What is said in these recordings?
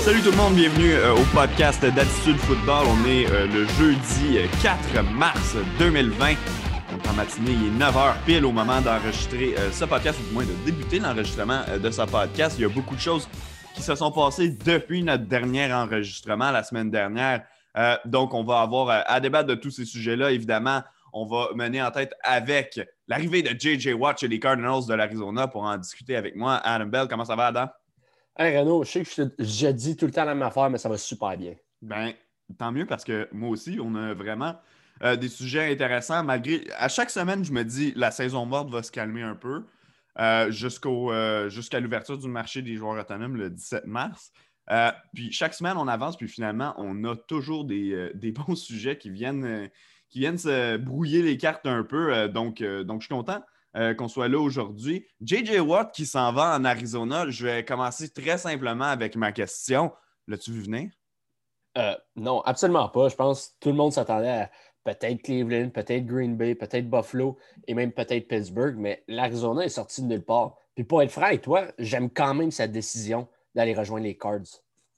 Salut tout le monde, bienvenue au podcast d'Attitude Football. On est le jeudi 4 mars 2020. Donc en matinée, il est 9h pile au moment d'enregistrer ce podcast, ou du moins de débuter l'enregistrement de ce podcast. Il y a beaucoup de choses qui se sont passées depuis notre dernier enregistrement la semaine dernière. Donc on va avoir à débattre de tous ces sujets-là. Évidemment, on va mener en tête avec l'arrivée de J.J. Watt chez les Cardinals de l'Arizona pour en discuter avec moi. Adam Bell, comment ça va, Adam? Hey Renaud, je sais que je dis tout le temps la même affaire, mais ça va super bien. Ben, tant mieux parce que moi aussi, on a vraiment des sujets intéressants. Malgré, à chaque semaine, je me dis la saison morte va se calmer un peu jusqu'à l'ouverture du marché des joueurs autonomes le 17 mars. Puis chaque semaine, on avance, puis finalement, on a toujours des bons sujets qui viennent se brouiller les cartes un peu. Donc, je suis content qu'on soit là aujourd'hui. J.J. Watt qui s'en va en Arizona. Je vais commencer très simplement avec ma question. L'as-tu vu venir? Non, absolument pas. Je pense que tout le monde s'attendait à peut-être Cleveland, peut-être Green Bay, peut-être Buffalo et même peut-être Pittsburgh, mais l'Arizona est sorti de nulle part. Puis pour être franc avec toi, j'aime quand même sa décision d'aller rejoindre les Cards.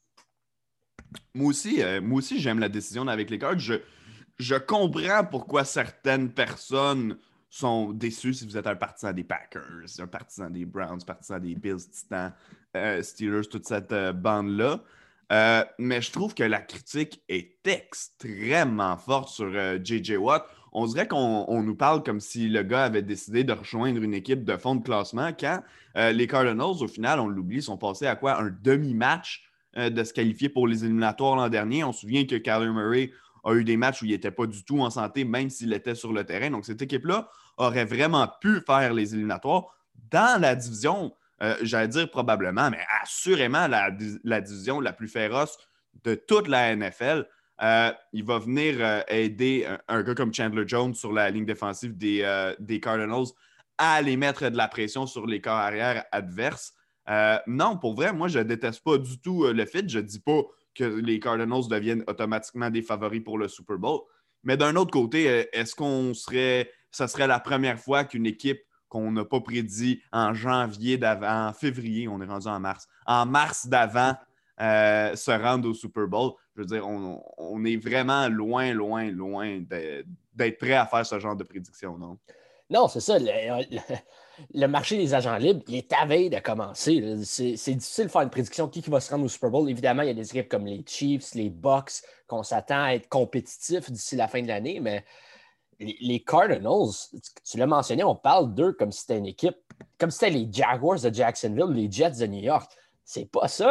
Moi aussi, j'aime la décision avec les Cards. Je comprends pourquoi certaines personnes sont déçues si vous êtes un partisan des Packers, un partisan des Browns, partisan des Bills, Titans, Steelers, toute cette bande-là. Mais je trouve que la critique est extrêmement forte sur J.J. Watt. On dirait qu'on nous parle comme si le gars avait décidé de rejoindre une équipe de fond de classement quand les Cardinals, au final, on l'oublie, sont passés à quoi? Un demi-match de se qualifier pour les éliminatoires l'an dernier. On se souvient que Kyler Murray a eu des matchs où il n'était pas du tout en santé, même s'il était sur le terrain. Donc, cette équipe-là aurait vraiment pu faire les éliminatoires dans la division, j'allais dire probablement, mais assurément la division la plus féroce de toute la NFL. Il va venir aider un gars comme Chandler Jones sur la ligne défensive des Cardinals à aller mettre de la pression sur les corps arrière adverses. Non, pour vrai, moi, je ne déteste pas du tout le fit. Je ne dis pas que les Cardinals deviennent automatiquement des favoris pour le Super Bowl. Mais d'un autre côté, est-ce ça serait la première fois qu'une équipe qu'on n'a pas prédit en janvier d'avant, en février, on est rendu en mars d'avant, se rendre au Super Bowl? Je veux dire, on est vraiment loin, loin, loin d'être prêt à faire ce genre de prédiction, non? Non, c'est ça. Le marché des agents libres, il est à veille de commencer. C'est difficile de faire une prédiction de qui va se rendre au Super Bowl. Évidemment, il y a des équipes comme les Chiefs, les Bucks, qu'on s'attend à être compétitifs d'ici la fin de l'année, mais les Cardinals, tu l'as mentionné, on parle d'eux comme si c'était une équipe, comme si c'était les Jaguars de Jacksonville, les Jets de New York. C'est pas ça.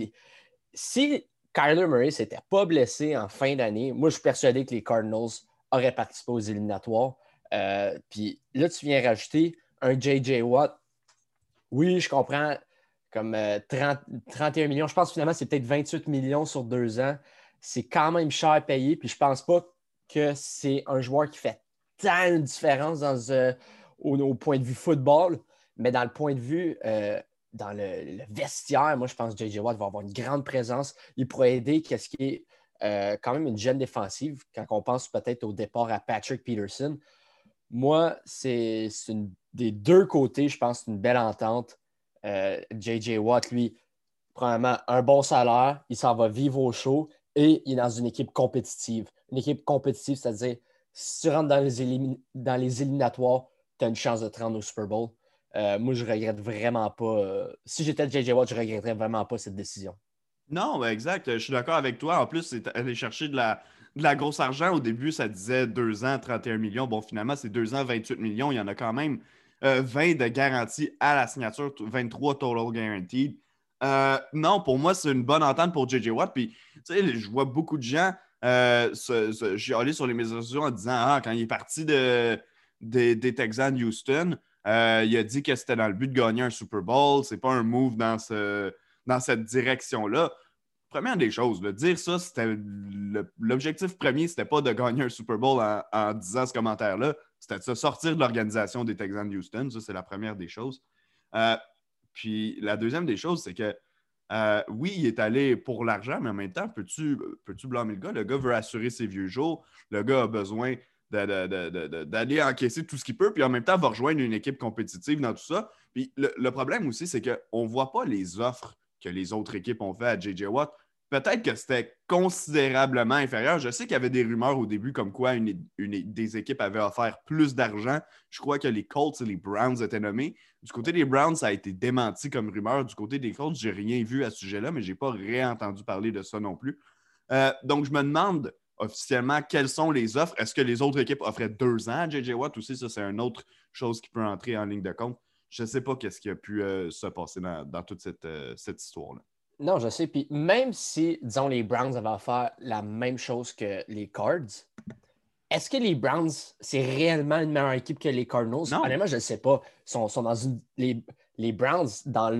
Si Kyler Murray ne s'était pas blessé en fin d'année, moi, je suis persuadé que les Cardinals auraient participé aux éliminatoires. Puis là, tu viens rajouter un J.J. Watt. Oui, je comprends, comme 31 millions. Je pense finalement c'est peut-être 28 millions sur 2 ans. C'est quand même cher à payer. Puis je pense pas que c'est un joueur qui fait tant de différence au point de vue football, mais dans le point de vue dans le vestiaire, moi je pense que J.J. Watt va avoir une grande présence. Il pourrait aider qu'est-ce qui est quand même une jeune défensive quand on pense peut-être au départ à Patrick Peterson. Moi, c'est des deux côtés, je pense, c'est une belle entente. J.J. Watt, lui, probablement un bon salaire, il s'en va vivre au show et il est dans une équipe compétitive. Une équipe compétitive, c'est-à-dire, si tu rentres dans les éliminatoires, tu as une chance de te rendre au Super Bowl. Moi, je regrette vraiment pas. Si j'étais J.J. Watt, je regretterais vraiment pas cette décision. Non, ben exact. Je suis d'accord avec toi. En plus, c'est aller chercher de la grosse argent. Au début, ça disait 2 ans, 31 millions. Bon, finalement, c'est 2 ans, 28 millions. Il y en a quand même 20 de garantie à la signature, 23 total guaranteed. Non, pour moi, c'est une bonne entente pour J.J. Watt. Puis, tu sais, je vois beaucoup de gens chialer sur les médias sociaux en disant quand il est parti des Texans de Houston, il a dit que c'était dans le but de gagner un Super Bowl. C'est pas un move dans cette direction-là. Première des choses, dire ça, c'était l'objectif premier, c'était pas de gagner un Super Bowl en disant ce commentaire-là, c'était de se sortir de l'organisation des Texans de Houston. Ça, c'est la première des choses. Euh, Puis la deuxième des choses, c'est que oui, il est allé pour l'argent, mais en même temps, peux-tu blâmer le gars? Le gars veut assurer ses vieux jours. Le gars a besoin d'aller encaisser tout ce qu'il peut, puis en même temps, va rejoindre une équipe compétitive dans tout ça. Puis le problème aussi, c'est qu'on ne voit pas les offres que les autres équipes ont fait à J.J. Watt, peut-être que c'était considérablement inférieur. Je sais qu'il y avait des rumeurs au début comme quoi des équipes avaient offert plus d'argent. Je crois que les Colts et les Browns étaient nommés. Du côté des Browns, ça a été démenti comme rumeur. Du côté des Colts, je n'ai rien vu à ce sujet-là, mais je n'ai pas réentendu parler de ça non plus. Donc, je me demande officiellement quelles sont les offres. Est-ce que les autres équipes offraient 2 ans à J.J. Watt aussi? Ça, c'est une autre chose qui peut entrer en ligne de compte. Je ne sais pas qu'est-ce qui a pu se passer dans toute cette histoire-là. Non, je sais. Puis même si, disons, les Browns avaient offert la même chose que les Cards, est-ce que les Browns, c'est réellement une meilleure équipe que les Cardinals? Non. Honnêtement, je ne sais pas. Ils sont dans les Browns, dans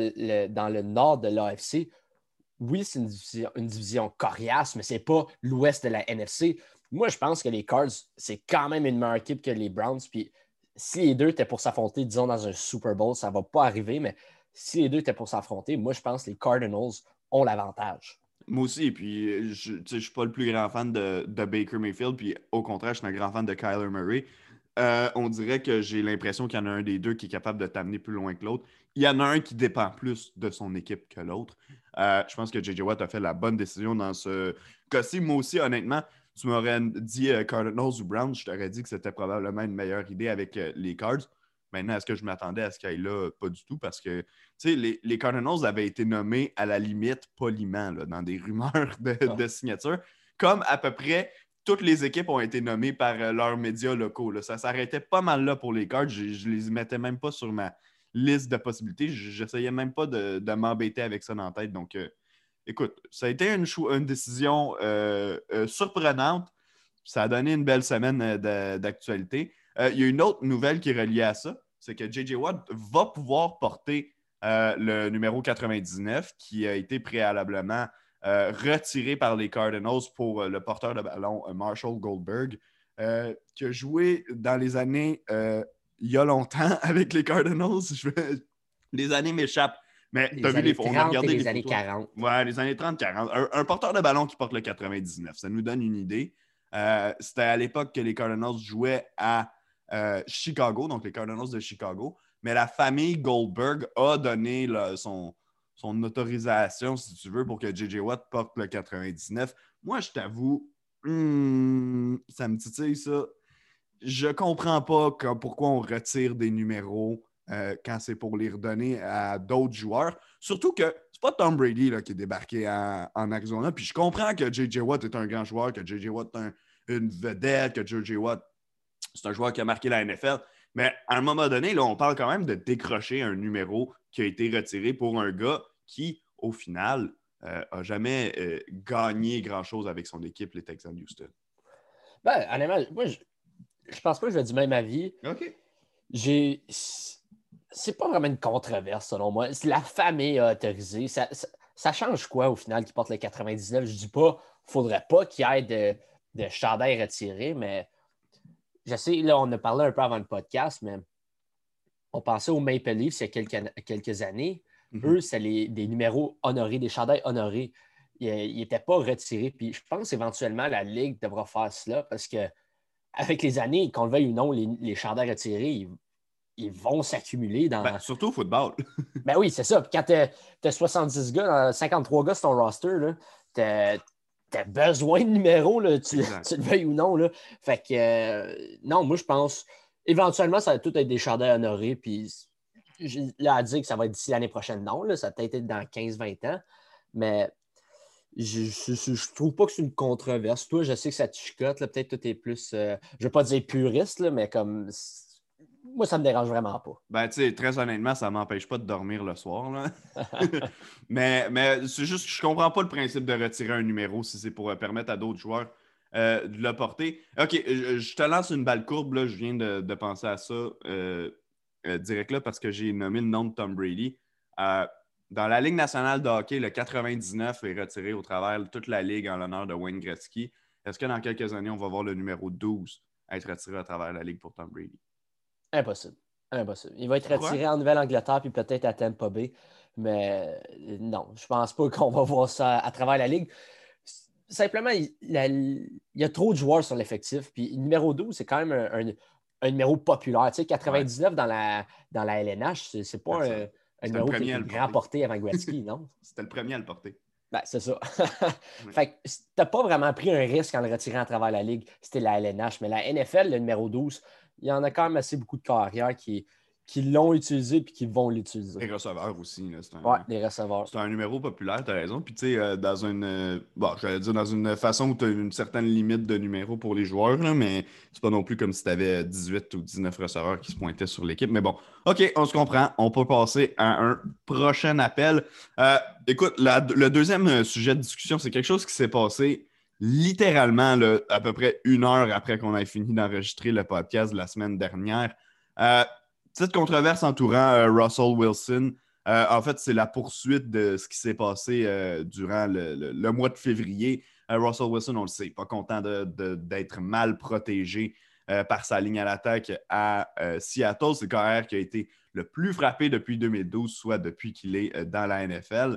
le nord de l'AFC, oui, c'est une division coriace, mais ce n'est pas l'ouest de la NFC. Moi, je pense que les Cards, c'est quand même une meilleure équipe que les Browns. Puis si les deux étaient pour s'affronter, disons, dans un Super Bowl, ça ne va pas arriver, mais si les deux étaient pour s'affronter, moi, je pense que les Cardinals ont l'avantage. Moi aussi, puis je ne suis pas le plus grand fan de Baker Mayfield, puis au contraire, je suis un grand fan de Kyler Murray. On dirait que j'ai l'impression qu'il y en a un des deux qui est capable de t'amener plus loin que l'autre. Il y en a un qui dépend plus de son équipe que l'autre. Je pense que J.J. Watt a fait la bonne décision dans ce cas-ci. Moi aussi, honnêtement, tu m'aurais dit Cardinals ou Browns, je t'aurais dit que c'était probablement une meilleure idée avec les Cards. Maintenant, est-ce que je m'attendais à ce qu'il y ait là? Pas du tout, parce que les Cardinals avaient été nommés à la limite poliment là, dans des rumeurs de signature, comme à peu près toutes les équipes ont été nommées par leurs médias locaux. Là. Ça s'arrêtait pas mal là pour les Cards. Je les mettais même pas sur ma liste de possibilités. J'essayais même pas de m'embêter avec ça dans la tête. Donc, écoute, ça a été une décision surprenante. Ça a donné une belle semaine d'actualité. Il y a une autre nouvelle qui est reliée à ça. C'est que J.J. Watt va pouvoir porter le numéro 99 qui a été préalablement retiré par les Cardinals pour le porteur de ballon Marshall Goldberg, qui a joué dans les années il y a longtemps avec les Cardinals. Les années m'échappent. Mais tu as vu on a regardé les années 40. Ouais, les années 30-40. Un porteur de ballon qui porte le 99, ça nous donne une idée. C'était à l'époque que les Cardinals jouaient à Chicago, donc les Cardinals de Chicago. Mais la famille Goldberg a donné son autorisation, si tu veux, pour que J.J. Watt porte le 99. Moi, je t'avoue, ça me titille ça. Je comprends pas pourquoi on retire des numéros quand c'est pour les redonner à d'autres joueurs. Surtout que c'est pas Tom Brady là, qui est débarqué en Arizona. Puis je comprends que J.J. Watt est un grand joueur, que J.J. Watt est une vedette, que J.J. Watt, c'est un joueur qui a marqué la NFL. Mais à un moment donné, là, on parle quand même de décrocher un numéro qui a été retiré pour un gars qui, au final, n'a jamais gagné grand-chose avec son équipe, les Texans Houston. Ben, honnêtement, moi, je pense pas que je vais du même avis. OK. C'est pas vraiment une controverse, selon moi. La famille a autorisé. Ça change quoi, au final, qui porte le 99? Je dis pas, faudrait pas qu'il y ait de chandail retiré, mais je sais, là, on a parlé un peu avant le podcast, mais on pensait aux Maple Leafs il y a quelques années. Mm-hmm. Eux, c'est des numéros honorés, des chandails honorés. Ils n'étaient pas retirés. Puis je pense éventuellement la Ligue devra faire cela parce que avec les années, qu'on le veuille ou non, les chandails retirés, ils vont s'accumuler dans. Ben, surtout au football. Ben oui, c'est ça. Puis quand tu as 70 gars, 53 gars sur ton roster, tu as besoin de numéros, là, tu le veuilles ou non. Là. Fait que non, moi je pense éventuellement, ça va tout être des chandails honorés. Puis là, à dire que ça va être d'ici l'année prochaine, non. Là, ça va peut-être être dans 15-20 ans. Mais je trouve pas que c'est une controverse. Toi, je sais que ça te chicote. Là, peut-être que tu es plus, je ne vais pas dire puriste, là, mais comme moi, ça me dérange vraiment pas. Ben, tu sais, très honnêtement, ça ne m'empêche pas de dormir le soir. Là. mais c'est juste que je comprends pas le principe de retirer un numéro si c'est pour permettre à d'autres joueurs de le porter. OK, je te lance une balle courbe. Là. Je viens de penser à ça direct là parce que j'ai nommé le nom de Tom Brady. Dans la Ligue nationale de hockey, le 99 est retiré au travers de toute la Ligue en l'honneur de Wayne Gretzky. Est-ce que dans quelques années, on va voir le numéro 12 être retiré à travers la Ligue pour Tom Brady? Impossible. Il va être retiré en Nouvelle-Angleterre puis peut-être à Tampa Bay. Mais non, je pense pas qu'on va voir ça à travers la Ligue. Simplement, il y a trop de joueurs sur l'effectif. Puis numéro 12, c'est quand même un numéro populaire. Tu sais, 99 dans la LNH, c'est pas Un C'était le numéro qui premier à était le grand porter. porté avant Gretzky, non? C'était le premier à le porter. Ben, c'est ça. Ouais. Fait que t'as pas vraiment pris un risque en le retirant à travers la Ligue. C'était la LNH. Mais la NFL, le numéro 12, il y en a quand même assez beaucoup de carrières qui l'ont utilisé et qui vont l'utiliser. Et receveur aussi. Là, Ouais, les receveurs. c'est un numéro populaire, tu as raison. Puis, tu sais, dans une. Bon, j'allais dire dans une façon où tu as une certaine limite de numéros pour les joueurs, là, mais c'est pas non plus comme si tu avais 18 ou 19 receveurs qui se pointaient sur l'équipe. Mais bon, OK, on se comprend. On peut passer à un prochain appel. Écoute, le deuxième sujet de discussion, c'est quelque chose qui s'est passé littéralement là, à peu près 1 heure après qu'on ait fini d'enregistrer le podcast de la semaine dernière. Petite controverse entourant Russell Wilson. En fait, c'est la poursuite de ce qui s'est passé durant le mois de février. Russell Wilson, on le sait, pas content d'être mal protégé par sa ligne à l'attaque à Seattle. C'est le carrière qui a été le plus frappé depuis 2012, soit depuis qu'il est dans la NFL.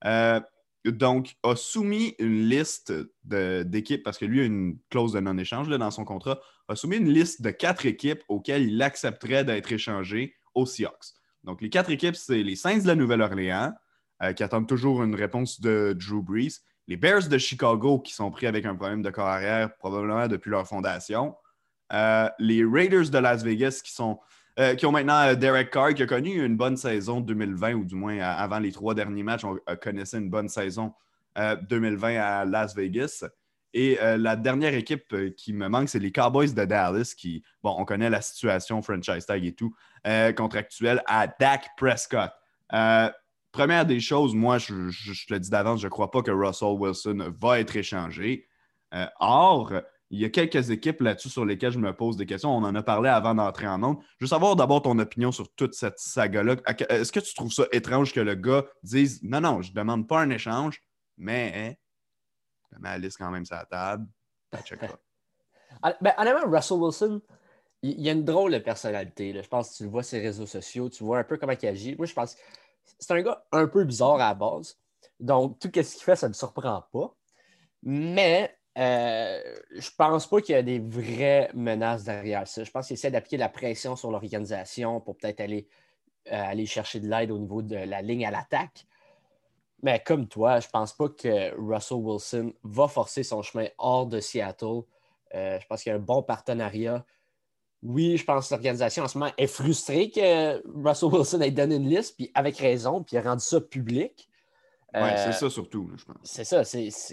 Donc, a soumis une liste d'équipes, parce que lui a une clause de non-échange là, dans son contrat, a soumis une liste de 4 équipes auxquelles il accepterait d'être échangé aux Seahawks. Donc, les 4 équipes, c'est les Saints de la Nouvelle-Orléans, qui attendent toujours une réponse de Drew Brees, les Bears de Chicago, qui sont pris avec un problème de carrière probablement depuis leur fondation, les Raiders de Las Vegas, qui ont maintenant Derek Carr, qui a connu une bonne saison 2020, ou du moins avant les 3 derniers matchs, on connaissait une bonne saison 2020 à Las Vegas. Et la dernière équipe qui me manque, c'est les Cowboys de Dallas, qui, bon, on connaît la situation, franchise tag et tout, contractuelle à Dak Prescott. Première des choses, moi, je te le dis d'avance, je ne crois pas que Russell Wilson va être échangé. Or, il y a quelques équipes là-dessus sur lesquelles je me pose des questions. On en a parlé avant d'entrer en ondes. Je veux savoir d'abord ton opinion sur toute cette saga-là. Est-ce que tu trouves ça étrange que le gars dise « Non, non, je ne demande pas un échange, mais je mets la liste quand même sur la table, ça checkera. » Ben, honnêtement, Russell Wilson, il a une drôle de personnalité. Là. Je pense que tu le vois sur les réseaux sociaux, tu vois un peu comment il agit. Moi, je pense que c'est un gars un peu bizarre à la base. Donc, tout ce qu'il fait, ça ne me surprend pas. Mais je pense pas qu'il y a des vraies menaces derrière ça. Je pense qu'il essaie d'appliquer de la pression sur l'organisation pour peut-être aller chercher de l'aide au niveau de la ligne à l'attaque. Mais comme toi, je pense pas que Russell Wilson va forcer son chemin hors de Seattle. Je pense qu'il y a un bon partenariat. Oui, je pense que l'organisation en ce moment est frustrée que Russell Wilson ait donné une liste, puis avec raison, puis il a rendu ça public. Ouais, c'est ça surtout, là, je pense. C'est ça.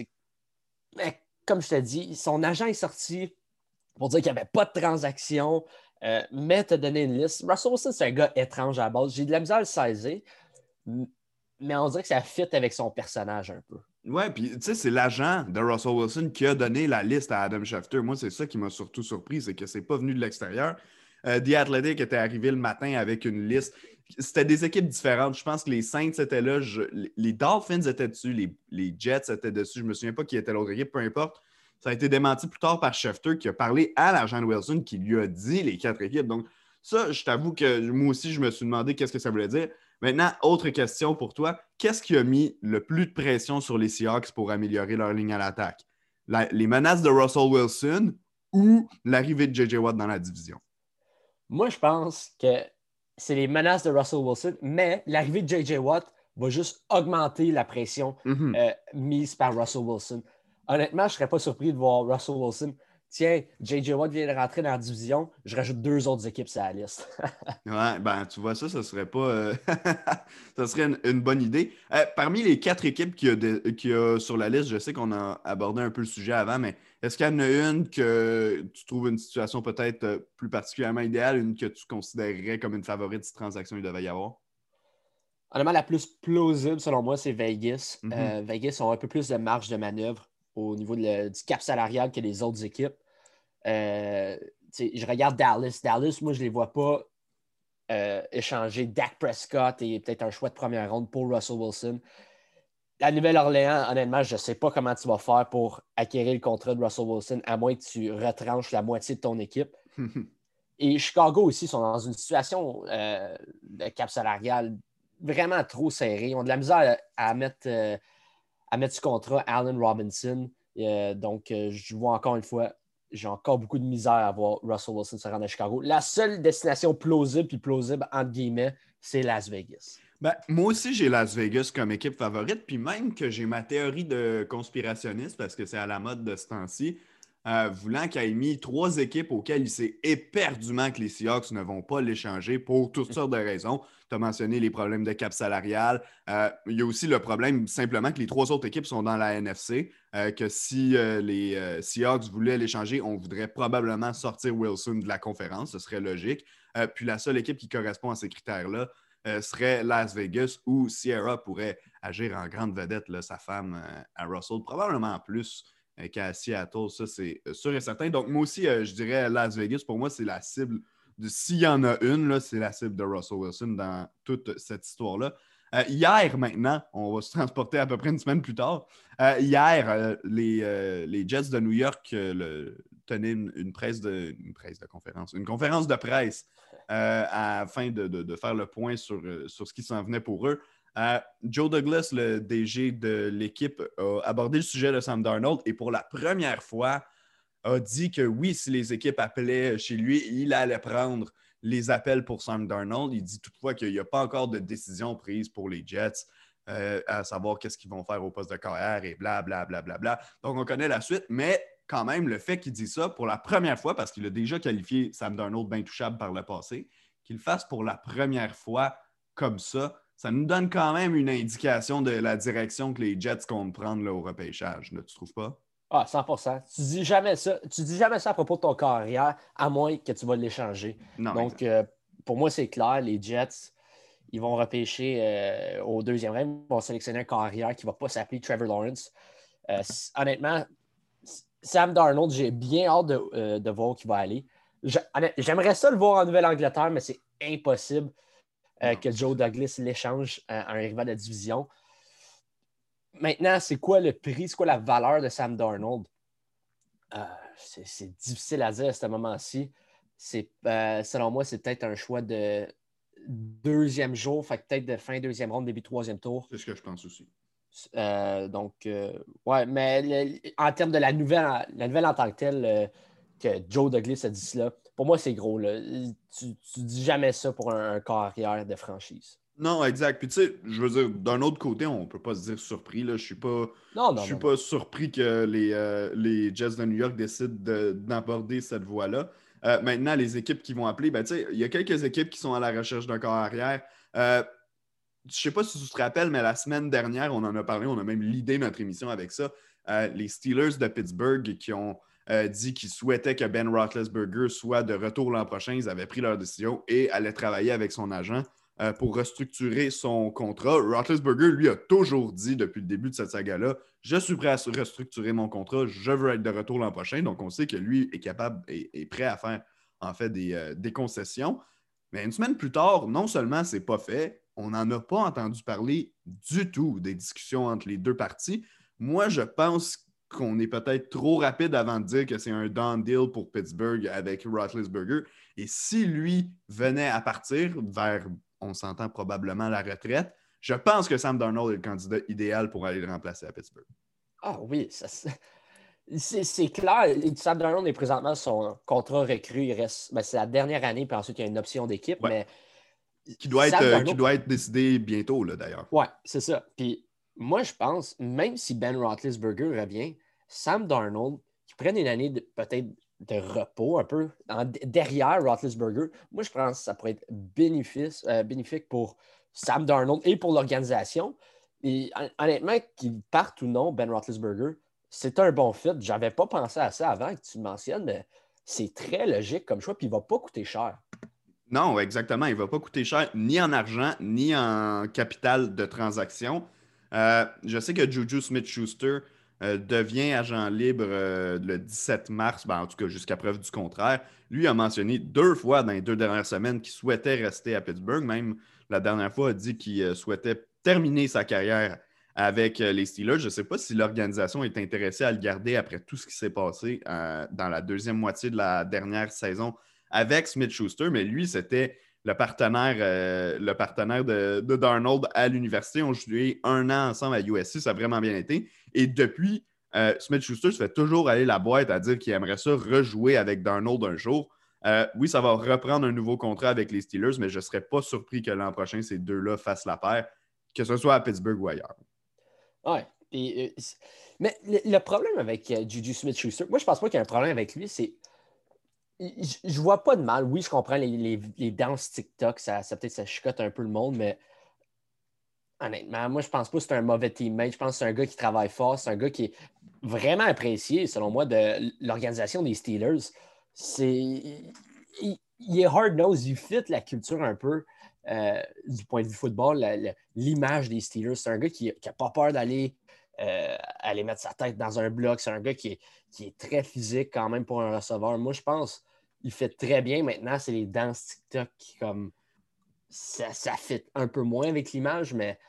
Mais comme je t'ai dit, son agent est sorti pour dire qu'il n'y avait pas de transaction, mais te donné une liste. Russell Wilson, c'est un gars étrange à la base. J'ai de la misère à le saisir, mais on dirait que ça fit avec son personnage un peu. Ouais, puis tu sais, c'est l'agent de Russell Wilson qui a donné la liste à Adam Schefter. Moi, c'est ça qui m'a surtout surpris, c'est que c'est pas venu de l'extérieur. The Athletic était arrivé le matin avec une liste. C'était des équipes différentes. Je pense que les Saints étaient là, les Dolphins étaient dessus, les Jets étaient dessus. Je me souviens pas qui était l'autre équipe, peu importe. Ça a été démenti plus tard par Schefter qui a parlé à l'agent de Wilson qui lui a dit les 4 équipes. Donc, ça, je t'avoue que moi aussi, je me suis demandé qu'est-ce que ça voulait dire. Maintenant, autre question pour toi. Qu'est-ce qui a mis le plus de pression sur les Seahawks pour améliorer leur ligne à l'attaque? Les menaces de Russell Wilson ou l'arrivée de J.J. Watt dans la division? Moi, je pense que c'est les menaces de Russell Wilson, mais l'arrivée de J.J. Watt va juste augmenter la pression mise par Russell Wilson. Honnêtement, je ne serais pas surpris de voir Russell Wilson. Tiens, J.J. Watt vient de rentrer dans la division, je rajoute 2 autres équipes sur la liste. Ouais, ben tu vois ça serait pas ça serait une bonne idée. Parmi les 4 équipes qu'il y a sur la liste, je sais qu'on a abordé un peu le sujet avant, mais est-ce qu'il y en a une que tu trouves une situation peut-être plus particulièrement idéale, une que tu considérerais comme une favorite si transaction il devait y avoir? Honnêtement, la plus plausible, selon moi, c'est Vegas. Mm-hmm. Vegas ont un peu plus de marge de manœuvre au niveau du cap salarial que les autres équipes. Je regarde Dallas. Dallas, moi, je ne les vois pas échanger Dak Prescott et peut-être un choix de première ronde pour Russell Wilson. La Nouvelle-Orléans, honnêtement, je ne sais pas comment tu vas faire pour acquérir le contrat de Russell Wilson, à moins que tu retranches la moitié de ton équipe. Et Chicago aussi sont dans une situation de cap salarial vraiment trop serrée. Ils ont de la misère à mettre du contrat Allen Robinson. Donc, je vois encore une fois, j'ai encore beaucoup de misère à voir Russell Wilson se rendre à Chicago. La seule destination plausible, puis plausible entre guillemets, c'est Las Vegas. Ben, moi aussi, j'ai Las Vegas comme équipe favorite, puis même que j'ai ma théorie de conspirationniste, parce que c'est à la mode de ce temps-ci, voulant qu'il ait mis 3 équipes auxquelles il sait éperdument que les Seahawks ne vont pas l'échanger pour toutes sortes de raisons. Tu as mentionné les problèmes de cap salarial. Il y a aussi le problème simplement que les 3 autres équipes sont dans la NFC, que si les Seahawks voulaient l'échanger, on voudrait probablement sortir Wilson de la conférence, ce serait logique. Puis la seule équipe qui correspond à ces critères-là, serait Las Vegas où Sierra pourrait agir en grande vedette, là, sa femme à Russell, probablement plus qu'à Seattle, ça c'est sûr et certain. Donc moi aussi, je dirais Las Vegas, pour moi, c'est la cible s'il y en a une, là, c'est la cible de Russell Wilson dans toute cette histoire-là. Hier, maintenant, on va se transporter à peu près une semaine plus tard. Hier, les Jets de New York tenaient une conférence, une conférence de presse afin de faire le point sur ce qui s'en venait pour eux. Joe Douglas, le DG de l'équipe, a abordé le sujet de Sam Darnold et pour la première fois a dit que oui, si les équipes appelaient chez lui, il allait prendre les appels pour Sam Darnold. Il dit toutefois qu'il n'y a pas encore de décision prise pour les Jets, à savoir qu'est-ce qu'ils vont faire au poste de carrière et blablabla. Bla, bla, bla. Donc, on connaît la suite, mais quand même, le fait qu'il dise ça pour la première fois, parce qu'il a déjà qualifié Sam Darnold bien touchable par le passé, qu'il le fasse pour la première fois comme ça nous donne quand même une indication de la direction que les Jets comptent prendre là, au repêchage. Là, tu trouves pas? Ah, 100%. Tu dis jamais ça. Tu dis jamais ça à propos de ton carrière, à moins que tu vas l'échanger. Non, Donc, exact. pour moi, c'est clair, les Jets, ils vont repêcher au deuxième rang. Ils vont sélectionner un carrière qui ne va pas s'appeler Trevor Lawrence. Honnêtement, Sam Darnold, j'ai bien hâte de voir où il va aller. J'aimerais ça le voir en Nouvelle-Angleterre, mais c'est impossible que Joe Douglas l'échange à un rival de division. Maintenant, c'est quoi le prix, c'est quoi la valeur de Sam Darnold? C'est difficile à dire à ce moment-ci. Selon moi, c'est peut-être un choix de deuxième jour, fait peut-être de fin deuxième ronde, début troisième tour. C'est ce que je pense aussi. Ouais, mais en termes de la nouvelle en tant que telle, que Joe Douglas a dit cela, pour moi, c'est gros. Là. Tu dis jamais ça pour un carrière de franchise. Non, exact. Puis tu sais, je veux dire, d'un autre côté, on peut pas se dire surpris. Là. Non, Je non, suis non, non. pas surpris que les Jets de New York décident d'aborder cette voie-là. Maintenant, les équipes qui vont appeler, ben, tu sais, il y a quelques équipes qui sont à la recherche d'un corps arrière. Je sais pas si tu te rappelles, mais la semaine dernière, on en a parlé, on a même l'idée notre émission avec ça. Les Steelers de Pittsburgh qui ont dit qu'ils souhaitaient que Ben Roethlisberger soit de retour l'an prochain. Ils avaient pris leur décision et allaient travailler avec son agent pour restructurer son contrat. Roethlisberger, lui, a toujours dit depuis le début de cette saga-là, je suis prêt à restructurer mon contrat, je veux être de retour l'an prochain. Donc, on sait que lui est capable et est prêt à faire en fait des concessions. Mais une semaine plus tard, non seulement c'est pas fait, on n'en a pas entendu parler du tout des discussions entre les deux parties. Moi, je pense qu'on est peut-être trop rapide avant de dire que c'est un done deal pour Pittsburgh avec Roethlisberger. Et si lui venait à partir vers, on s'entend probablement, la retraite, je pense que Sam Darnold est le candidat idéal pour aller le remplacer à Pittsburgh. Ah oui, c'est clair. Sam Darnold est présentement son contrat recru. C'est la dernière année, puis ensuite il y a une option d'équipe. Ouais. Mais Qui doit être décidé bientôt, là, d'ailleurs. ouais, c'est ça. Puis moi, je pense, même si Ben Roethlisberger revient, Sam Darnold, qui prenne une année peut-être de repos un peu derrière Roethlisberger, moi, je pense que ça pourrait être bénéfique pour Sam Darnold et pour l'organisation. Et honnêtement, qu'il parte ou non, Ben Roethlisberger, c'est un bon fit. J'avais pas pensé à ça avant que tu le mentionnes, mais c'est très logique comme choix, puis il va pas coûter cher. Non, exactement. Il ne va pas coûter cher ni en argent, ni en capital de transaction. Je sais que Juju Smith-Schuster devient agent libre le 17 mars, ben, en tout cas jusqu'à preuve du contraire. Lui a mentionné 2 fois dans les 2 dernières semaines qu'il souhaitait rester à Pittsburgh. Même la dernière fois, a dit qu'il souhaitait terminer sa carrière avec les Steelers. Je ne sais pas si l'organisation est intéressée à le garder après tout ce qui s'est passé dans la deuxième moitié de la dernière saison avec Smith-Schuster, mais lui, c'était le partenaire de Darnold à l'université. On joué 1 an ensemble à USC, ça a vraiment bien été. Et depuis, Smith-Schuster se fait toujours aller la boîte à dire qu'il aimerait ça rejouer avec Darnold un jour. Oui, ça va reprendre un nouveau contrat avec les Steelers, mais je ne serais pas surpris que l'an prochain, ces deux-là fassent la paire, que ce soit à Pittsburgh ou ailleurs. Ouais. Mais le problème avec Juju Smith-Schuster, moi, je pense pas qu'il y a un problème avec lui, c'est. Je vois pas de mal. Oui, je comprends les danses TikTok, ça peut-être ça chicote un peu le monde, mais honnêtement, moi, je pense pas que c'est un mauvais teammate. Je pense que c'est un gars qui travaille fort. C'est un gars qui est vraiment apprécié, selon moi, de l'organisation des Steelers. Il est hard-nosed, il fit la culture un peu du point de vue football, l'image des Steelers. C'est un gars qui n'a pas peur aller mettre sa tête dans un bloc. C'est un gars qui est très physique quand même pour un receveur. Moi, je pense qu'il fait très bien maintenant. C'est les danses TikTok qui, comme, ça fit un peu moins avec l'image, mais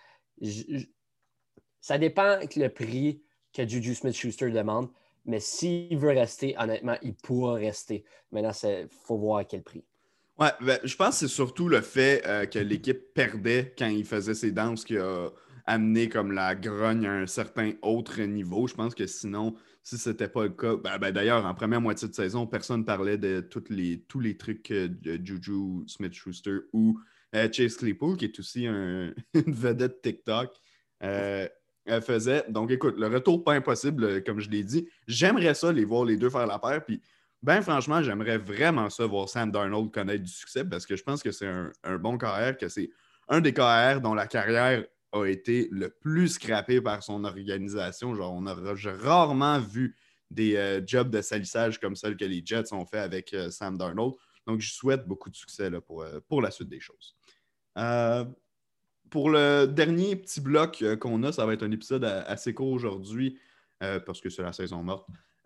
ça dépend le prix que Juju Smith-Schuster demande. Mais s'il veut rester, honnêtement, il pourra rester. Maintenant, il faut voir à quel prix. Ouais, ben, je pense que c'est surtout le fait que l'équipe perdait quand il faisait ses danses qui a amené comme la grogne à un certain autre niveau. Je pense que sinon, si c'était pas le cas, d'ailleurs, en première moitié de saison, personne ne parlait de tous les trucs de Juju Smith-Schuster ou Chase Claypool, qui est aussi une vedette TikTok, elle faisait. Donc, écoute, le retour pas impossible, comme je l'ai dit. J'aimerais ça, les voir les deux faire la paire. Puis, ben franchement, j'aimerais vraiment ça voir Sam Darnold connaître du succès parce que je pense que c'est un bon carrière, que c'est un des carrières dont la carrière a été le plus scrappée par son organisation. Genre, j'ai rarement vu des jobs de salissage comme celle que les Jets ont fait avec Sam Darnold. Donc, je souhaite beaucoup de succès là, pour la suite des choses. Pour le dernier petit bloc qu'on a, ça va être un épisode assez court aujourd'hui parce que c'est la saison morte.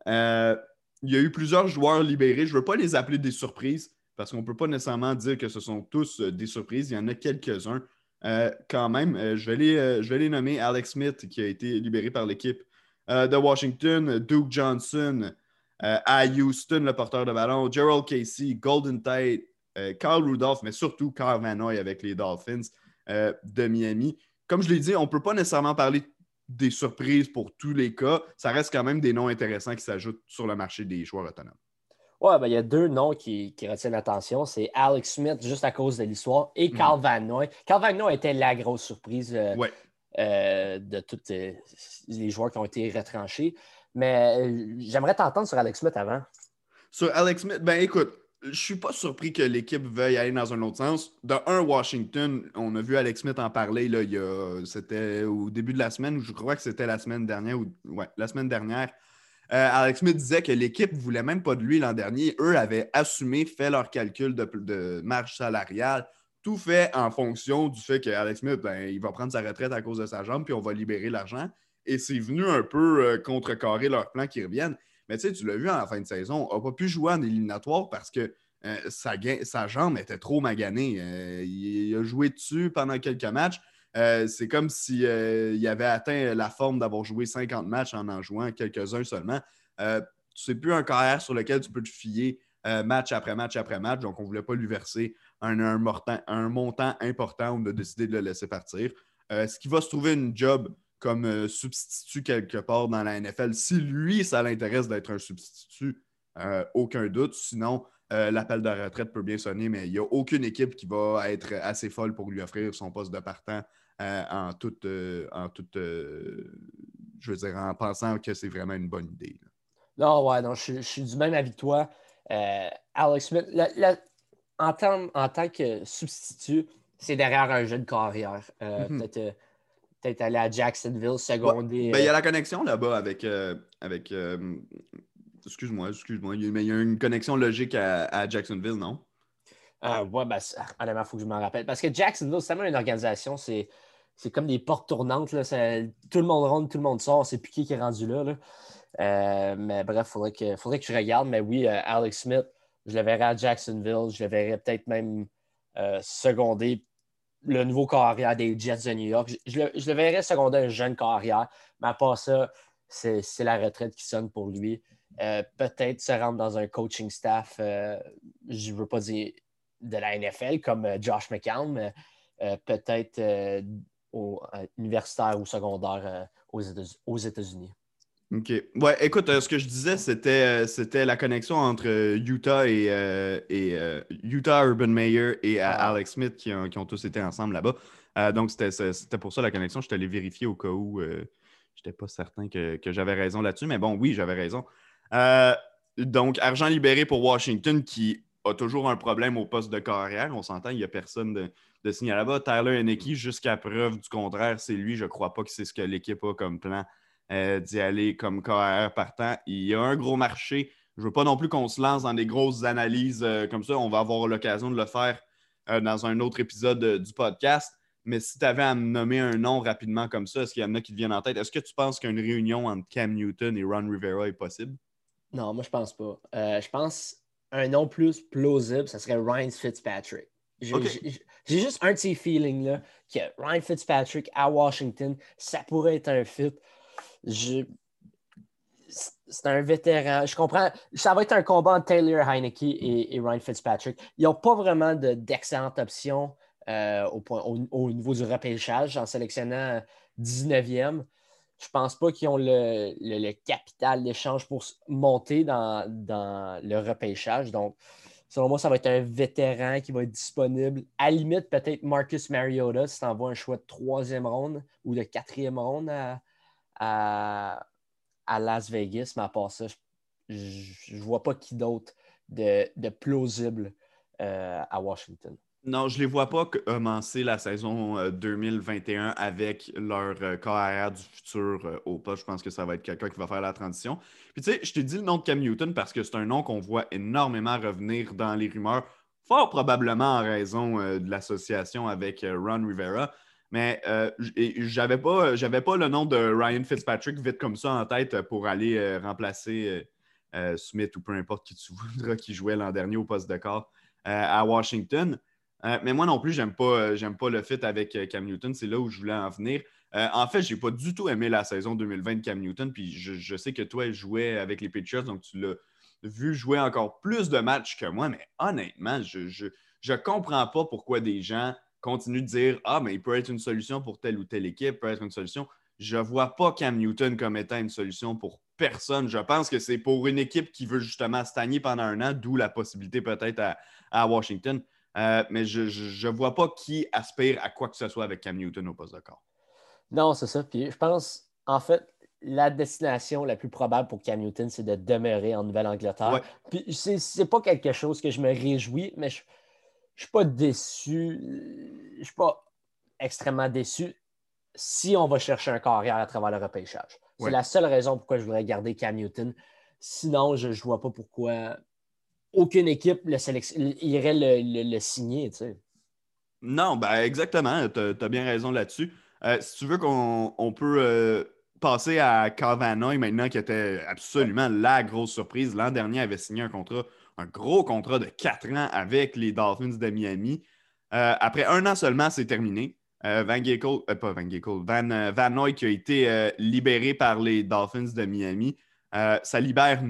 Il y a eu plusieurs joueurs libérés. Je ne veux pas les appeler des surprises parce qu'on ne peut pas nécessairement dire que ce sont tous des surprises. Il y en a quelques-uns quand même. Je vais les nommer. Alex Smith, qui a été libéré par l'équipe de Washington. Duke Johnson à Houston, le porteur de ballon. Gerald Casey, Golden Tate, Kyle Rudolph, mais surtout Kyle Van Noy avec les Dolphins de Miami. Comme je l'ai dit, on ne peut pas nécessairement parler des surprises pour tous les cas. Ça reste quand même des noms intéressants qui s'ajoutent sur le marché des joueurs autonomes. Ouais, ben, il y a deux noms qui retiennent l'attention. C'est Alex Smith, juste à cause de l'histoire, et Carl Van Noy. Carl Van Noy était la grosse surprise Ouais. de tous les joueurs qui ont été retranchés. Mais j'aimerais t'entendre sur Alex Smith avant. Sur Alex Smith, ben écoute, je suis pas surpris que l'équipe veuille aller dans un autre sens. De un, Washington, on a vu Alex Smith en parler, là, c'était au début de la semaine, ou je crois que c'était la semaine dernière, la semaine dernière. Alex Smith disait que l'équipe ne voulait même pas de lui l'an dernier. Eux avaient assumé, fait leur calcul de marge salariale, tout fait en fonction du fait qu'Alex Smith, ben, il va prendre sa retraite à cause de sa jambe, puis on va libérer l'argent. Et c'est venu un peu contrecarrer leur plan qui reviennent. Mais tu sais, tu l'as vu en la fin de saison, il n'a pas pu jouer en éliminatoire parce que sa jambe était trop maganée. Il a joué dessus pendant quelques matchs. C'est comme s'il avait atteint la forme d'avoir joué 50 matchs en jouant quelques-uns seulement. C'est plus un carrière sur lequel tu peux te fier match après match après match. Donc, on ne voulait pas lui verser un montant important. On a décidé de le laisser partir. Est-ce qu'il va se trouver une job comme substitut quelque part dans la NFL? Si lui, ça l'intéresse d'être un substitut, aucun doute. Sinon, l'appel de retraite peut bien sonner, mais il n'y a aucune équipe qui va être assez folle pour lui offrir son poste de partant en pensant que c'est vraiment une bonne idée. Là. Non, ouais, non, je suis du même avis que toi. Alex Smith, en tant que substitut, c'est derrière un jeune carrière. Peut-être aller à Jacksonville, seconder. Ben, il y a la connexion là-bas avec excuse-moi, mais il y a une connexion logique à Jacksonville, non? Ouais, ben, honnêtement, il faut que je m'en rappelle. Parce que Jacksonville, c'est tellement une organisation, c'est comme des portes tournantes. Là, tout le monde rentre, tout le monde sort. C'est plus qui est rendu là. Mais bref, il faudrait que je regarde. Mais oui, Alex Smith, je le verrai à Jacksonville. Je le verrai peut-être même seconder le nouveau carrière des Jets de New York. Je le verrais seconder un jeune carrière. Mais à part ça, c'est la retraite qui sonne pour lui. Peut-être se rendre dans un coaching staff, je ne veux pas dire de la NFL comme Josh McCown, mais peut-être universitaire ou secondaire aux États-Unis. OK. Ouais, écoute, ce que je disais, c'était la connexion entre Utah et Utah, Urban Meyer et Ah, Alex Smith qui ont tous été ensemble là-bas. Donc, c'était pour ça la connexion. Je suis allé vérifier au cas où je n'étais pas certain que j'avais raison là-dessus. Mais bon, oui, j'avais raison. Euh, donc, argent libéré pour Washington qui a toujours un problème au poste de carrière. On s'entend, il n'y a personne de signé là-bas. Tyler Henneke, jusqu'à preuve du contraire, c'est lui. Je ne crois pas que c'est ce que l'équipe a comme plan d'y aller comme carrière partant. Il y a un gros marché. Je ne veux pas non plus qu'on se lance dans des grosses analyses comme ça. On va avoir l'occasion de le faire dans un autre épisode du podcast. Mais si tu avais à me nommer un nom rapidement comme ça, est-ce qu'il y en a qui te viennent en tête? Est-ce que tu penses qu'une réunion entre Cam Newton et Ron Rivera est possible? non, moi, je pense pas. Je pense un nom plus plausible, ça serait Ryan Fitzpatrick. J'ai OK. j'ai- j'ai juste un de ces feelings-là que Ryan Fitzpatrick à Washington, ça pourrait être un fit. Je- C'est un vétéran. Je comprends. Ça va être un combat entre Taylor Heineke et Ryan Fitzpatrick. Ils n'ont pas vraiment d'excellentes options au niveau du repêchage en sélectionnant 19e. Je ne pense pas qu'ils ont le capital d'échange pour monter dans le repêchage. Donc, selon moi, ça va être un vétéran qui va être disponible. À la limite, peut-être Marcus Mariota si tu envoies un choix de troisième ronde ou de quatrième ronde à, à Las Vegas, mais à part ça, je ne vois pas qui d'autre de plausible à Washington. Non, je ne les vois pas commencer la saison 2021 avec leur carrière du futur au poste. Je pense que ça va être quelqu'un qui va faire la transition. Puis tu sais, je t'ai dit le nom de Cam Newton parce que c'est un nom qu'on voit énormément revenir dans les rumeurs, fort probablement en raison de l'association avec Ron Rivera. Mais j'avais pas le nom de Ryan Fitzpatrick vite comme ça en tête pour aller remplacer Smith ou peu importe qui tu voudras qui jouait l'an dernier au poste de corps à Washington. Mais moi non plus, j'aime pas le fit avec Cam Newton. C'est là où je voulais en venir. En fait, j'ai pas du tout aimé la saison 2020 de Cam Newton. Puis je sais que toi, il jouait avec les Patriots, donc tu l'as vu jouer encore plus de matchs que moi. Mais honnêtement, je comprends pas pourquoi des gens continuent de dire ah, mais il peut être une solution pour telle ou telle équipe, peut être une solution. Je vois pas Cam Newton comme étant une solution pour personne. Je pense que c'est pour une équipe qui veut justement stagner pendant un an, d'où la possibilité peut-être à Washington. Mais je ne vois pas qui aspire à quoi que ce soit avec Cam Newton au poste de corps. Non, c'est ça. Puis je pense, en fait, la destination la plus probable pour Cam Newton, c'est de demeurer en Nouvelle-Angleterre. Ouais. Puis c'est pas quelque chose que je me réjouis, mais je ne suis pas déçu. Je ne suis pas extrêmement déçu si on va chercher un carrière à travers le repêchage. C'est Ouais. la seule raison pourquoi je voudrais garder Cam Newton. Sinon, je ne vois pas pourquoi aucune équipe irait le signer. Tu sais. Non, ben exactement. Tu as bien raison là-dessus. Si tu veux qu'on peut passer à Cavanaugh maintenant, qui était absolument la grosse surprise. L'an dernier, il avait signé un gros contrat de 4 ans avec les Dolphins de Miami. Après un an seulement, c'est terminé. Van Ginkel, pas Van Ginkel, Van Noy qui a été libéré par les Dolphins de Miami. Ça libère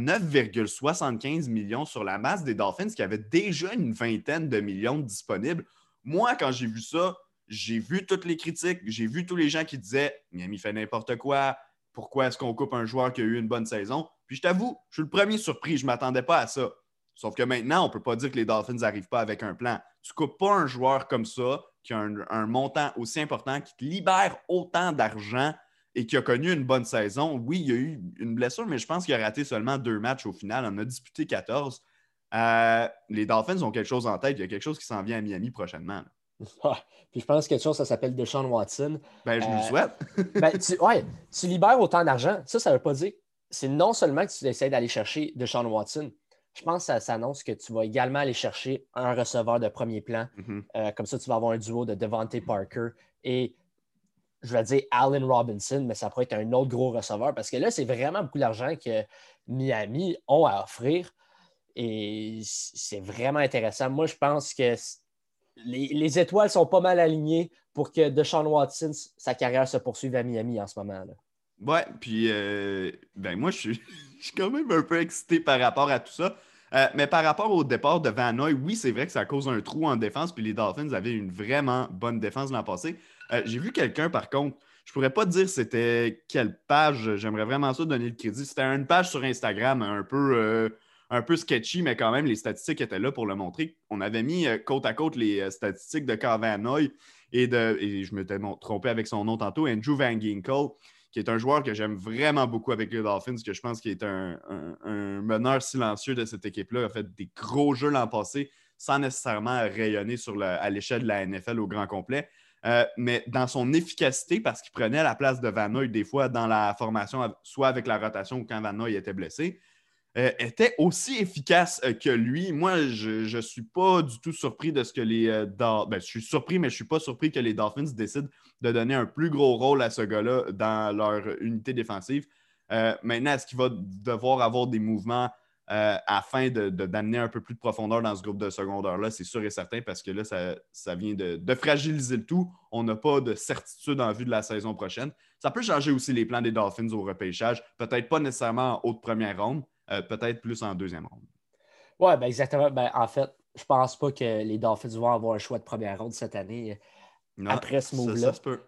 9,75 millions sur la masse des Dolphins qui avaient déjà une vingtaine de millions disponibles. Moi, quand j'ai vu ça, j'ai vu toutes les critiques, j'ai vu tous les gens qui disaient Miami fait n'importe quoi, pourquoi est-ce qu'on coupe un joueur qui a eu une bonne saison? Puis je t'avoue, je suis le premier surpris, je ne m'attendais pas à ça. Sauf que maintenant, on ne peut pas dire que les Dolphins n'arrivent pas avec un plan. Tu ne coupes pas un joueur comme ça, qui a un montant aussi important, qui te libère autant d'argent et qui a connu une bonne saison. Oui, il y a eu une blessure, mais je pense qu'il a raté seulement 2 matchs au final. On a disputé 14. Les Dolphins ont quelque chose en tête. Il y a quelque chose qui s'en vient à Miami prochainement. Ouais. Puis je pense que quelque chose, ça s'appelle Deshaun Watson. Ben, je nous le Euh, souhaite. ouais, tu libères autant d'argent. Ça ne veut pas dire. C'est non seulement que tu essaies d'aller chercher Deshaun Watson. Je pense que ça s'annonce que tu vas également aller chercher un receveur de premier plan. Mhm. Comme ça, tu vas avoir un duo de Devontae Parker et je vais dire Allen Robinson, mais ça pourrait être un autre gros receveur parce que là, c'est vraiment beaucoup d'argent que Miami ont à offrir et c'est vraiment intéressant. Moi, je pense que les étoiles sont pas mal alignées pour que Deshaun Watson, sa carrière se poursuive à Miami en ce moment. Là. Ouais, puis ben moi, je suis quand même un peu excité par rapport à tout ça. Mais par rapport au départ de Van Noy, oui, c'est vrai que ça cause un trou en défense, puis les Dolphins avaient une vraiment bonne défense l'an passé. J'ai vu quelqu'un, par contre, Je pourrais pas te dire c'était quelle page. J'aimerais vraiment ça donner le crédit. C'était une page sur Instagram un peu sketchy, mais quand même, les statistiques étaient là pour le montrer. On avait mis côte à côte les statistiques de Kyle Van Noy et je m'étais trompé avec son nom tantôt, Andrew Van Ginkel, qui est un joueur que j'aime vraiment beaucoup avec les Dolphins, que je pense qu'il est un meneur silencieux de cette équipe-là. Il a fait des gros jeux l'an passé sans nécessairement rayonner à l'échelle de la NFL au grand complet. Mais dans son efficacité, parce qu'il prenait la place de Van Noy des fois dans la formation, soit avec la rotation ou quand Van Noy était blessé, était aussi efficace que lui. Moi, je ne suis pas du tout surpris de ce que je suis surpris, mais je ne suis pas surpris que les Dolphins décident de donner un plus gros rôle à ce gars-là dans leur unité défensive. Maintenant, est-ce qu'il va devoir avoir des mouvements afin d'amener un peu plus de profondeur dans ce groupe de secondaire-là? C'est sûr et certain, parce que là, ça vient de fragiliser le tout. On n'a pas de certitude en vue de la saison prochaine. Ça peut changer aussi les plans des Dolphins au repêchage. Peut-être pas nécessairement en haute première ronde, peut-être plus en deuxième ronde. Oui, ben exactement. Ben, en fait, je pense pas que les Dolphins vont avoir un choix de première ronde cette année Non, après ce move-là. Ça se peut.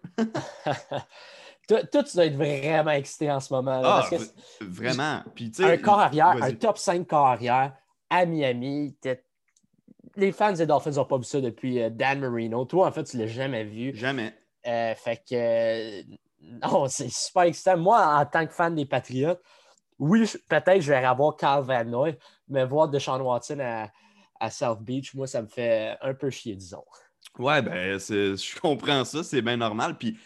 Toi, tu dois être vraiment excité en ce moment. Là, parce que vraiment. Puis, un corps arrière, un top 5 corps arrière à Miami. Les fans des Dolphins n'ont pas vu ça depuis Dan Marino. Toi, en fait, tu ne l'as jamais vu. Jamais. Fait que non, c'est super excitant. Moi, en tant que fan des Patriots, oui, peut-être je vais avoir Kyle Van Noy, mais voir Deshaun Watson à South Beach, moi, ça me fait un peu chier, disons. Ouais, ben, je comprends ça, c'est bien normal. Puis,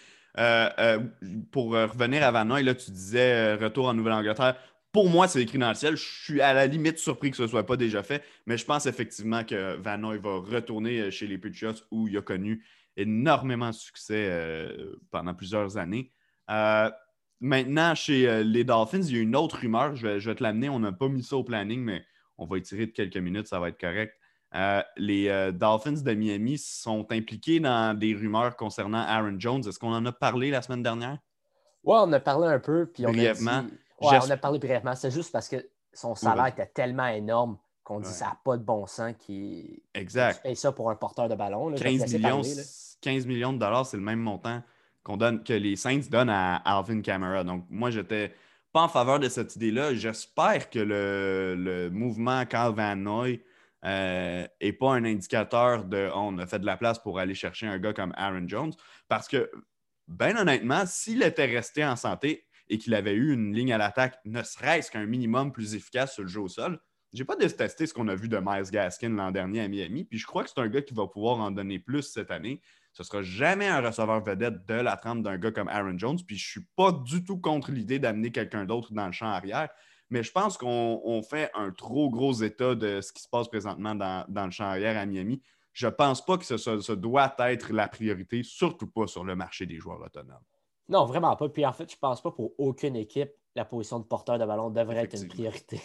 pour revenir à Van Noy, là, tu disais retour en Nouvelle-Angleterre. Pour moi, c'est écrit dans le ciel. Je suis à la limite surpris que ce ne soit pas déjà fait, mais je pense effectivement que Van Noy va retourner chez les Patriots où il a connu énormément de succès pendant plusieurs années. Maintenant, chez les Dolphins, il y a une autre rumeur. Je vais te l'amener. On n'a pas mis ça au planning, mais on va étirer de quelques minutes, ça va être correct. Les Dolphins de Miami sont impliqués dans des rumeurs concernant Aaron Jones. Est-ce qu'on en a parlé la semaine dernière? Ouais, on a parlé un peu, puis Brièvement. on a parlé brièvement. C'est juste parce que son salaire Ouais. était tellement énorme qu'on dit Ouais. ça n'a pas de bon sens Exact. tu payes ça pour un porteur de ballon. Là. 15 millions de dollars, c'est le même montant que les Saints donnent à Alvin Kamara. Donc, moi, j'étais pas en faveur de cette idée-là. J'espère que le mouvement Kyle Van Noy n'est pas un indicateur on a fait de la place pour aller chercher un gars comme Aaron Jones. Parce que, ben honnêtement, s'il était resté en santé et qu'il avait eu une ligne à l'attaque, ne serait-ce qu'un minimum plus efficace sur le jeu au sol, j'ai pas détesté ce qu'on a vu de Myles Gaskin l'an dernier à Miami, puis je crois que c'est un gars qui va pouvoir en donner plus cette année. Ce ne sera jamais un receveur vedette de la trempe d'un gars comme Aaron Jones, puis je ne suis pas du tout contre l'idée d'amener quelqu'un d'autre dans le champ arrière, mais je pense qu'on fait un trop gros état de ce qui se passe présentement dans le champ arrière à Miami. Je ne pense pas que ce doit être la priorité, surtout pas sur le marché des joueurs autonomes. Non, vraiment pas. Puis en fait, je ne pense pas pour aucune équipe, la position de porteur de ballon devrait être une priorité.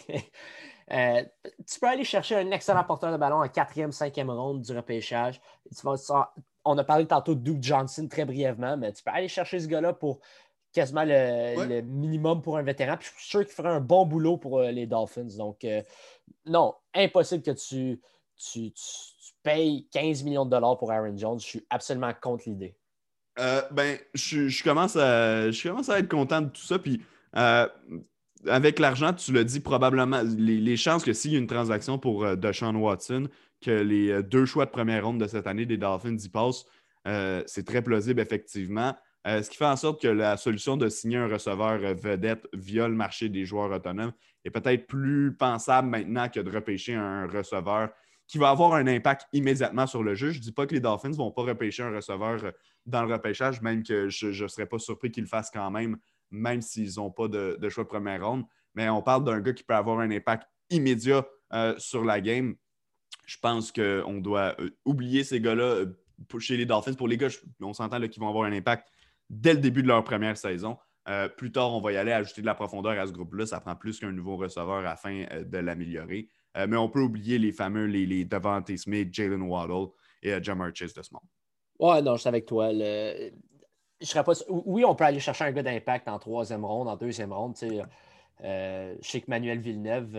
Tu peux aller chercher un excellent porteur de ballon en 4e, 5e ronde du repêchage. On a parlé tantôt de Duke Johnson très brièvement, mais tu peux aller chercher ce gars-là pour quasiment le minimum pour un vétéran. Puis je suis sûr qu'il ferait un bon boulot pour les Dolphins. Donc, non, impossible que tu payes 15 millions de dollars pour Aaron Jones. Je suis absolument contre l'idée. Je commence à être content de tout ça. Puis, avec l'argent, tu l'as dit, probablement, les chances que s'il y a une transaction pour Deshaun Watson, que les 2 choix de première ronde de cette année des Dolphins y passent, c'est très plausible, effectivement. Ce qui fait en sorte que la solution de signer un receveur vedette via le marché des joueurs autonomes est peut-être plus pensable maintenant que de repêcher un receveur qui va avoir un impact immédiatement sur le jeu. Je ne dis pas que les Dolphins ne vont pas repêcher un receveur dans le repêchage, même que je ne serais pas surpris qu'ils le fassent quand même s'ils n'ont pas de choix de première ronde. Mais on parle d'un gars qui peut avoir un impact immédiat sur la game. Je pense qu'on doit oublier ces gars-là chez les Dolphins. Pour les gars, on s'entend qu'ils vont avoir un impact dès le début de leur première saison. Plus tard, on va y aller ajouter de la profondeur à ce groupe-là. Ça prend plus qu'un nouveau receveur afin de l'améliorer. Mais on peut oublier les fameux, les Devontae Smith, Jalen Waddle et Ja'Marr Chase de ce monde. Ouais, non, je suis avec toi. Je serais pas... Oui, on peut aller chercher un gars d'impact en 3e ronde, en 2e ronde. Je sais que Manuel Villeneuve,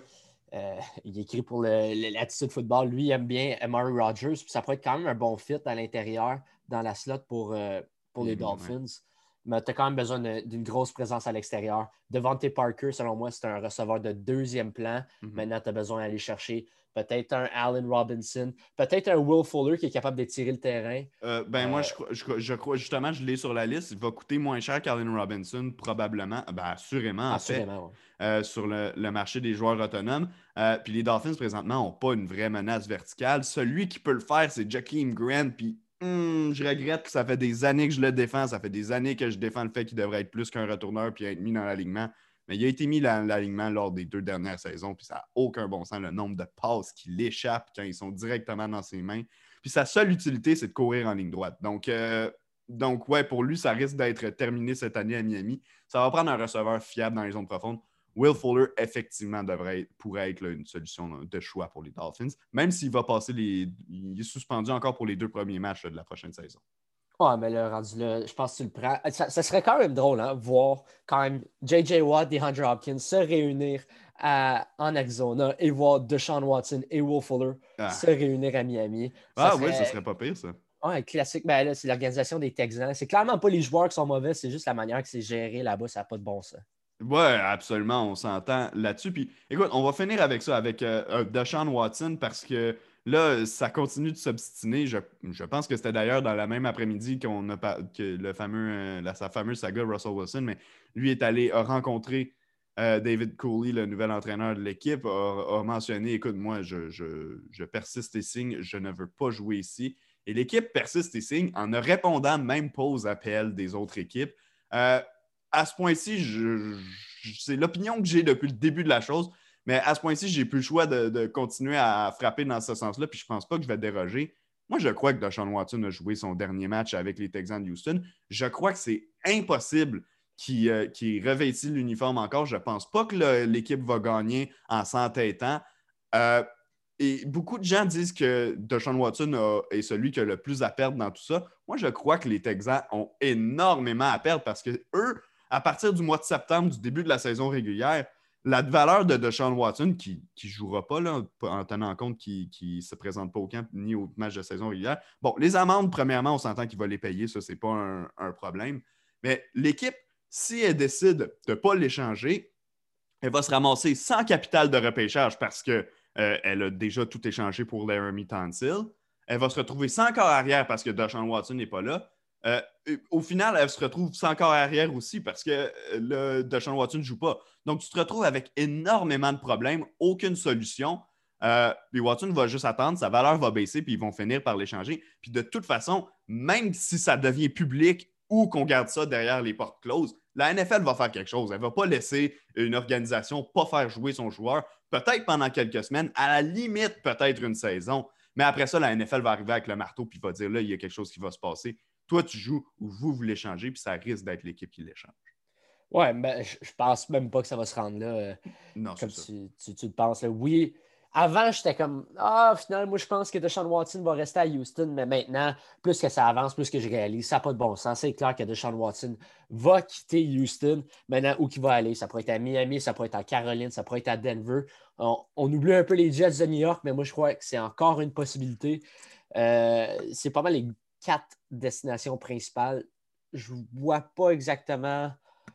il écrit pour l'Attitude Football. Lui, il aime bien Amari Rodgers. Puis ça pourrait être quand même un bon fit à l'intérieur, dans la slot pour les Dolphins. mais tu as quand même besoin d'une grosse présence à l'extérieur. Devante Parker, selon moi, c'est un receveur de deuxième plan. Maintenant, tu as besoin d'aller chercher peut-être un Allen Robinson, peut-être un Will Fuller qui est capable d'étirer le terrain. Moi, je crois, justement, je l'ai sur la liste. Il va coûter moins cher qu'Allen Robinson, probablement. Ben, assurément, en fait, Assurément, sur le marché des joueurs autonomes. Puis les Dolphins, présentement, n'ont pas une vraie menace verticale. Celui qui peut le faire, c'est Jakeem Grant. Puis je regrette que ça fait des années que je le défends. Ça fait des années que je défends le fait qu'il devrait être plus qu'un retourneur puis être mis dans l'alignement. Mais il a été mis dans l'alignement lors des 2 dernières saisons. Puis ça n'a aucun bon sens, le nombre de passes qui l'échappent quand ils sont directement dans ses mains. Puis sa seule utilité, c'est de courir en ligne droite. Donc ouais, pour lui, ça risque d'être terminé cette année à Miami. Ça va prendre un receveur fiable dans les zones profondes. Will Fuller, effectivement, pourrait être là, une solution de choix pour les Dolphins, même s'il va passer il est suspendu encore pour les 2 premiers matchs là, de la prochaine saison. Ouais, mais là, rendu là, je pense que tu le prends. Ça serait quand même drôle, hein, voir quand même J.J. Watt, DeAndre Hopkins se réunir en Arizona et voir Deshaun Watson et Will Fuller se réunir à Miami. Oui, ça serait pas pire, ça. Ouais, classique. Ben là, c'est l'organisation des Texans. C'est clairement pas les joueurs qui sont mauvais, c'est juste la manière que c'est géré là-bas, ça n'a pas de bon sens. Ouais, absolument, on s'entend là-dessus. Puis écoute, on va finir avec ça, avec Deshaun Watson, parce que là, ça continue de s'obstiner. Je pense que c'était d'ailleurs dans la même après-midi que sa fameuse saga Russell Wilson, mais lui a rencontré David Cooley, le nouvel entraîneur de l'équipe, a mentionné, écoute, moi, je persiste et signe, je ne veux pas jouer ici. Et l'équipe persiste et signe en ne répondant même pas aux appels des autres équipes. À ce point-ci, c'est l'opinion que j'ai depuis le début de la chose, mais à ce point-ci, j'ai plus le choix de continuer à frapper dans ce sens-là, puis je pense pas que je vais déroger. Moi, je crois que Deshaun Watson a joué son dernier match avec les Texans de Houston. Je crois que c'est impossible qu'il revêtit l'uniforme encore. Je pense pas que l'équipe va gagner en s'entêtant. Et beaucoup de gens disent que Deshaun Watson est celui qui a le plus à perdre dans tout ça. Moi, je crois que les Texans ont énormément à perdre parce que eux, à partir du mois de septembre, du début de la saison régulière, la valeur de Deshaun Watson, qui ne jouera pas là, en tenant compte qu'il ne se présente pas au camp ni au match de saison régulière. Bon, les amendes, premièrement, on s'entend qu'il va les payer, ça, c'est pas un problème. Mais l'équipe, si elle décide de ne pas l'échanger, elle va se ramasser sans capital de repêchage parce qu'elle a déjà tout échangé pour Laramie Tunsil. Elle va se retrouver sans corps arrière parce que Deshaun Watson n'est pas là. Au final, elle se retrouve sans corps arrière aussi parce que Deshaun Watson ne joue pas. Donc, tu te retrouves avec énormément de problèmes, aucune solution. Puis Watson va juste attendre, sa valeur va baisser, puis ils vont finir par l'échanger. Puis de toute façon, même si ça devient public ou qu'on garde ça derrière les portes closes, la NFL va faire quelque chose. Elle ne va pas laisser une organisation pas faire jouer son joueur, peut-être pendant quelques semaines, à la limite, peut-être une saison. Mais après ça, la NFL va arriver avec le marteau puis va dire là, il y a quelque chose qui va se passer. Toi, tu joues ou vous l'échangez, puis ça risque d'être l'équipe qui l'échange. Ouais, ben, je pense même pas que ça va se rendre là. Non, Comme c'est ça. tu le penses. Là. Oui, avant, j'étais comme au final, moi, je pense que Deshaun Watson va rester à Houston, mais maintenant, plus que ça avance, plus que je réalise, ça n'a pas de bon sens. C'est clair que Deshaun Watson va quitter Houston. Maintenant, où il va aller? Ça pourrait être à Miami, ça pourrait être à Caroline, ça pourrait être à Denver. On oublie un peu les Jets de New York, mais moi, je crois que c'est encore une possibilité. C'est pas mal les 4 destinations principales. Je ne vois pas exactement.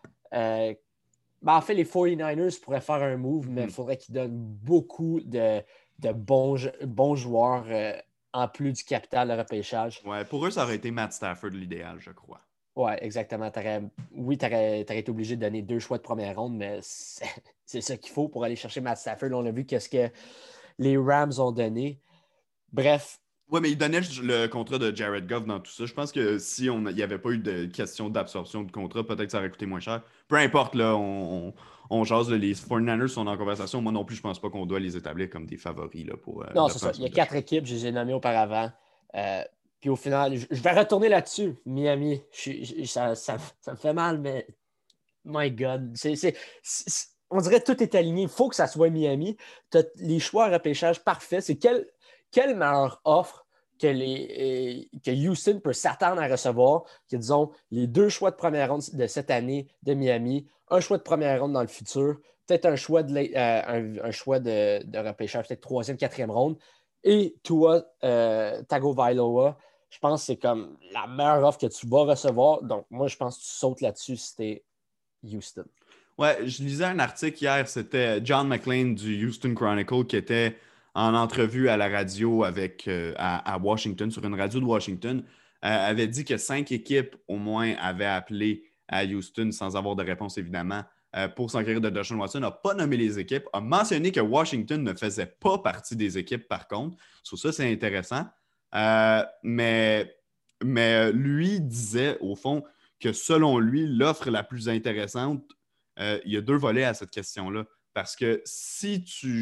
En fait, les 49ers pourraient faire un move, mais il faudrait qu'ils donnent beaucoup de bons joueurs en plus du capital de repêchage. Ouais, pour eux, ça aurait été Matt Stafford l'idéal, je crois. Ouais, exactement. Oui, tu aurais été obligé de donner 2 choix de première ronde, mais c'est ça qu'il faut pour aller chercher Matt Stafford. On a vu qu'est-ce que les Rams ont donné. Bref. Oui, mais ils donnaient le contrat de Jared Goff dans tout ça. Je pense que si il n'y avait pas eu de question d'absorption de contrat, peut-être que ça aurait coûté moins cher. Peu importe, là, on jase. Là, les 49ers sont en conversation. Moi non plus, je pense pas qu'on doit les établir comme des favoris là, pour Non, c'est ça. Il y a 4 équipes, je les ai nommées auparavant. Puis au final, je vais retourner là-dessus. Miami, ça me fait mal, mais my God. On dirait que tout est aligné. Il faut que ça soit Miami. Tu as les choix à repêchage parfaits. C'est quelle meilleure offre que Houston peut s'attendre à recevoir que, disons, les 2 choix de première ronde de cette année de Miami, un choix de première ronde dans le futur, peut-être un choix un choix de repêchage, peut-être 3e, 4e ronde, et Tua Tagovailoa je pense que c'est comme la meilleure offre que tu vas recevoir. Donc, moi, je pense que tu sautes là-dessus si t'es Houston. Ouais, je lisais un article hier, c'était John McClain du Houston Chronicle qui était en entrevue à la radio à Washington, sur une radio de Washington, avait dit que 5 équipes au moins avaient appelé à Houston sans avoir de réponse, évidemment, pour s'enquérir de Deshaun Watson. N'a pas nommé les équipes, a mentionné que Washington ne faisait pas partie des équipes, par contre. Sur ça, c'est intéressant. Mais lui disait, au fond, que selon lui, l'offre la plus intéressante, il y a 2 volets à cette question-là. Parce que si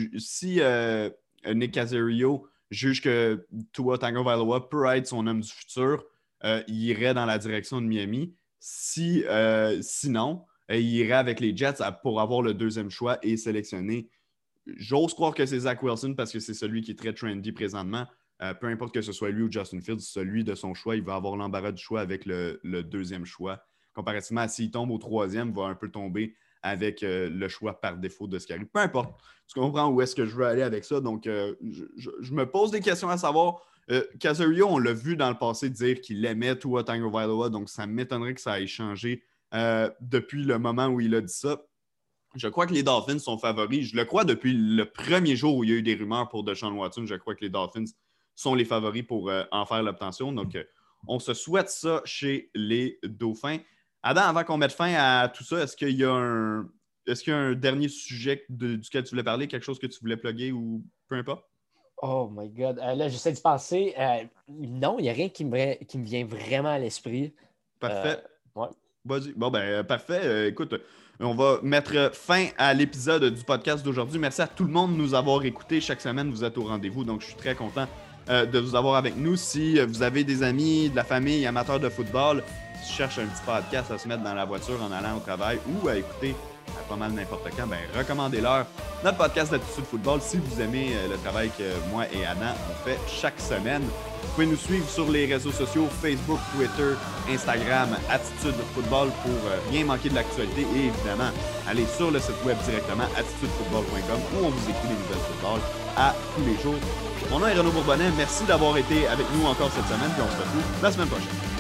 Nick Caserio juge que Tua Tagovailoa peut être son homme du futur, il irait dans la direction de Miami. Sinon, il irait avec les Jets pour avoir le 2e choix et sélectionner. J'ose croire que c'est Zach Wilson parce que c'est celui qui est très trendy présentement. Peu importe que ce soit lui ou Justin Fields, celui de son choix, il va avoir l'embarras du choix avec le 2e choix. Comparativement à s'il tombe au 3e, il va un peu tomber avec le choix par défaut de ce qui arrive. Peu importe. Tu comprends où est-ce que je veux aller avec ça. Donc, je me pose des questions à savoir. Caserio, on l'a vu dans le passé dire qu'il aimait Tua Tagovailoa, donc ça m'étonnerait que ça ait changé depuis le moment où il a dit ça. Je crois que les Dolphins sont favoris. Je le crois depuis le premier jour où il y a eu des rumeurs pour Deshaun Watson. Je crois que les Dolphins sont les favoris pour en faire l'obtention. Donc, on se souhaite ça chez les Dauphins. Adam, avant qu'on mette fin à tout ça, est-ce qu'il y a un dernier sujet duquel tu voulais parler, quelque chose que tu voulais plugger ou peu importe? Oh my God. Là, j'essaie de penser. Non, il n'y a rien qui me vient vraiment à l'esprit. Parfait. Ouais. Vas-y. Bon, ben, parfait. Écoute, on va mettre fin à l'épisode du podcast d'aujourd'hui. Merci à tout le monde de nous avoir écoutés. Chaque semaine, vous êtes au rendez-vous, donc je suis très content de vous avoir avec nous. Si vous avez des amis, de la famille, amateurs de football, si tu cherches un petit podcast à se mettre dans la voiture en allant au travail ou à écouter à pas mal n'importe quand, ben recommandez-leur notre podcast d'Attitude Football si vous aimez le travail que moi et Adam on fait chaque semaine. Vous pouvez nous suivre sur les réseaux sociaux, Facebook, Twitter, Instagram, Attitude Football pour rien manquer de l'actualité et évidemment, allez sur le site web directement, attitudefootball.com où on vous écrit les nouvelles football à tous les jours. Mon nom est Renaud Bourbonnais, merci d'avoir été avec nous encore cette semaine puis on se retrouve la semaine prochaine.